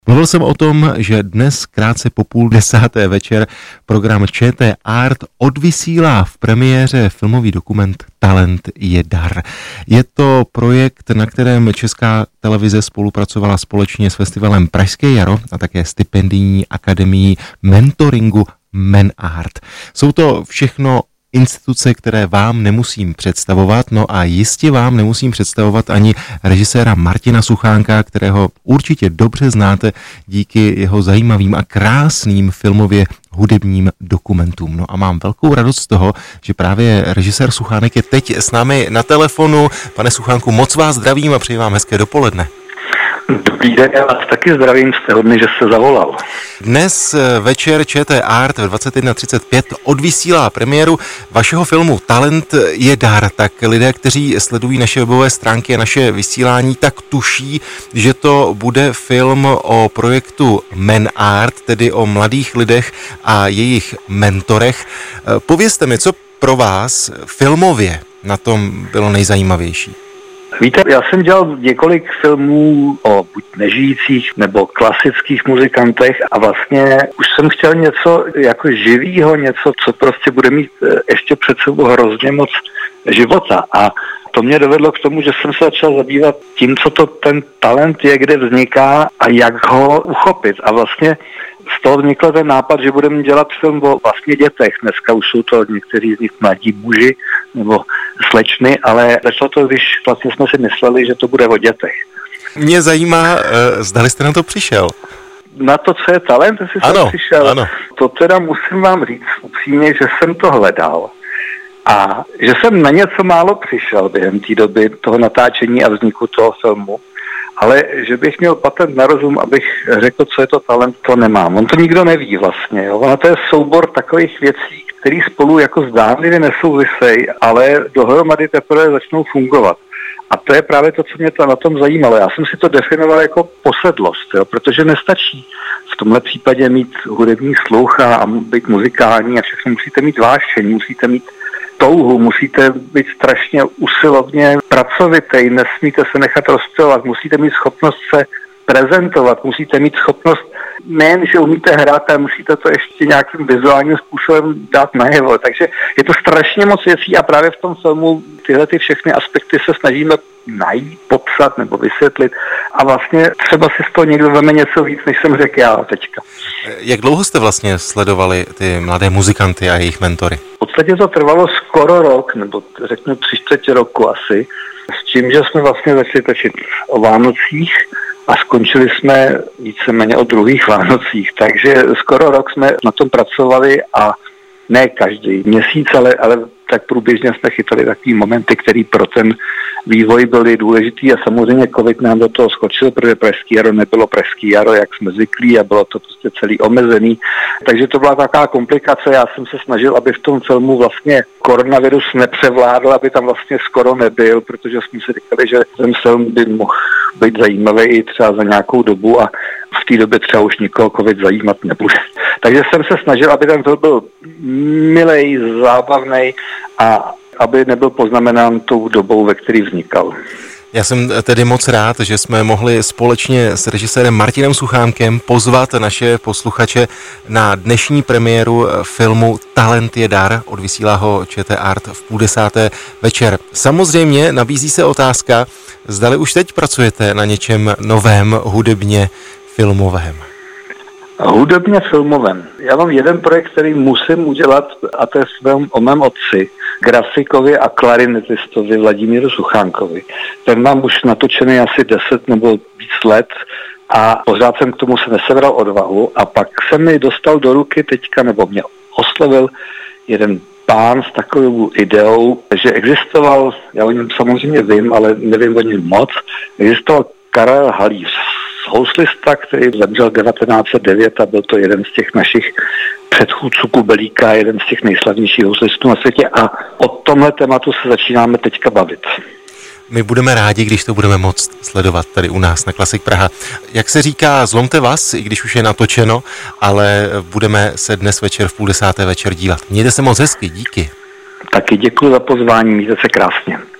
Mluvil jsem o tom, že dnes krátce po 9:30 večer program ČT Art odvysílá v premiéře filmový dokument Talent je dar. Je to projekt, na kterém Česká televize spolupracovala společně s festivalem Pražské jaro a také stipendijní akademií mentoringu Men Art. Jsou to všechno instituce, které vám nemusím představovat, no a jistě vám nemusím představovat ani režiséra Martina Suchánka, kterého určitě dobře znáte díky jeho zajímavým a krásným filmově hudebním dokumentům. No a mám velkou radost z toho, že právě režisér Suchánek je teď s námi na telefonu. Pane Suchánku, moc vás zdravím a přeji vám hezké dopoledne. Dobrý den, já vás taky zdravím, jste hodný, že jste zavolal. Dnes večer ČT Art ve 21:35 odvysílá premiéru vašeho filmu Talent je dar. Tak lidé, kteří sledují naše webové stránky a naše vysílání, tak tuší, že to bude film o projektu Men Art, tedy o mladých lidech a jejich mentorech. Povězte mi, co pro vás filmově na tom bylo nejzajímavější? Víte, já jsem dělal několik filmů o buď nežijících nebo klasických muzikantech a vlastně už jsem chtěl něco jako živýho, něco, co prostě bude mít ještě před sebou hrozně moc života. A to mě dovedlo k tomu, že jsem se začal zabývat tím, co to ten talent je, kde vzniká a jak ho uchopit. A vlastně z toho vznikl ten nápad, že budeme dělat film o vlastně dětech. Dneska už jsou to někteří z nich mladí muži nebo slečny, ale začalo to, když vlastně jsme si mysleli, že to bude o dětech. Mě zajímá, zdali jste na to přišel. Na to, co je talent, jestli jsem přišel. Ano. To teda musím vám říct upřímně, že jsem to hledal. A že jsem na něco málo přišel během té doby toho natáčení a vzniku toho filmu. Ale že bych měl patent na rozum, abych řekl, co je to talent, to nemám. On to nikdo neví vlastně. Jo? Ono to je soubor takových věcí, které spolu jako zdánlivě nesouvisejí, ale dohromady teprve začnou fungovat. A to je právě to, co mě na tom zajímalo. Já jsem si to definoval jako posedlost, jo? Protože nestačí v tomhle případě mít hudební sluch a být muzikální a všechno. Musíte mít vášeň, musíte mít touhu, musíte být strašně usilovně pracovitý, nesmíte se nechat rozptylovat, musíte mít schopnost se prezentovat, musíte mít schopnost nejen, že umíte hrát, ale musíte to ještě nějakým vizuálním způsobem dát najevo. Takže je to strašně moc věcí a právě v tom filmu tyhle ty všechny aspekty se snažíme najít, popsat nebo vysvětlit a vlastně třeba si z toho někdo veme něco víc, než jsem řekl já teďka. Jak dlouho jste vlastně sledovali ty mladé muzikanty a jejich mentory? V podstatě to trvalo skoro rok, nebo řeknu 3/4 roku asi, s tím, že jsme vlastně začali točit o Vánocích a skončili jsme víceméně o druhých Vánocích, takže skoro rok jsme na tom pracovali a ne každý měsíc, ale tak průběžně jsme chytali takový momenty, který pro ten vývoj byly důležitý a samozřejmě covid nám do toho skočil, protože Pražské jaro nebylo Pražské jaro, jak jsme zvyklí a bylo to prostě celý omezený. Takže to byla taková komplikace. Já jsem se snažil, aby v tom filmu vlastně koronavirus nepřevládl, aby tam vlastně skoro nebyl, protože jsme si říkali, že ten film by mohl být zajímavý i třeba za nějakou dobu a v té době třeba už nikoho covid zajímat nebude. Takže jsem se snažil, aby ten film byl milej, zábavnej a aby nebyl poznamenán tou dobou, ve které vznikal. Já jsem tedy moc rád, že jsme mohli společně s režisérem Martinem Suchánkem pozvat naše posluchače na dnešní premiéru filmu Talent je dar. Odvysílá ho ČT Art v 9:30 večer. Samozřejmě nabízí se otázka, zdali už teď pracujete na něčem novém, hudebně filmovém. Hudebně filmovém. Já mám jeden projekt, který musím udělat, a to je film o mém otci, grafikovi a klarinetistovi Vladimíru Suchánkovi. Ten mám už natočený asi 10 nebo víc let a pořád jsem k tomu se nesebral odvahu a pak se mi dostal do ruky teďka, nebo mě oslovil jeden pán s takovou ideou, že existoval, já o něm samozřejmě vím, ale nevím o něm moc, existoval Karel Halíř, houslista, který zemřel 1909 a byl to jeden z těch našich předchůdců Kubelíka, jeden z těch nejslavnějších houslistů na světě a o tomhle tématu se začínáme teďka bavit. My budeme rádi, když to budeme moct sledovat tady u nás na Klasik Praha. Jak se říká, zlomte vás, i když už je natočeno, ale budeme se dnes večer v 9:30 večer dívat. Mějte se moc hezky, díky. Taky děkuji za pozvání, mějte se krásně.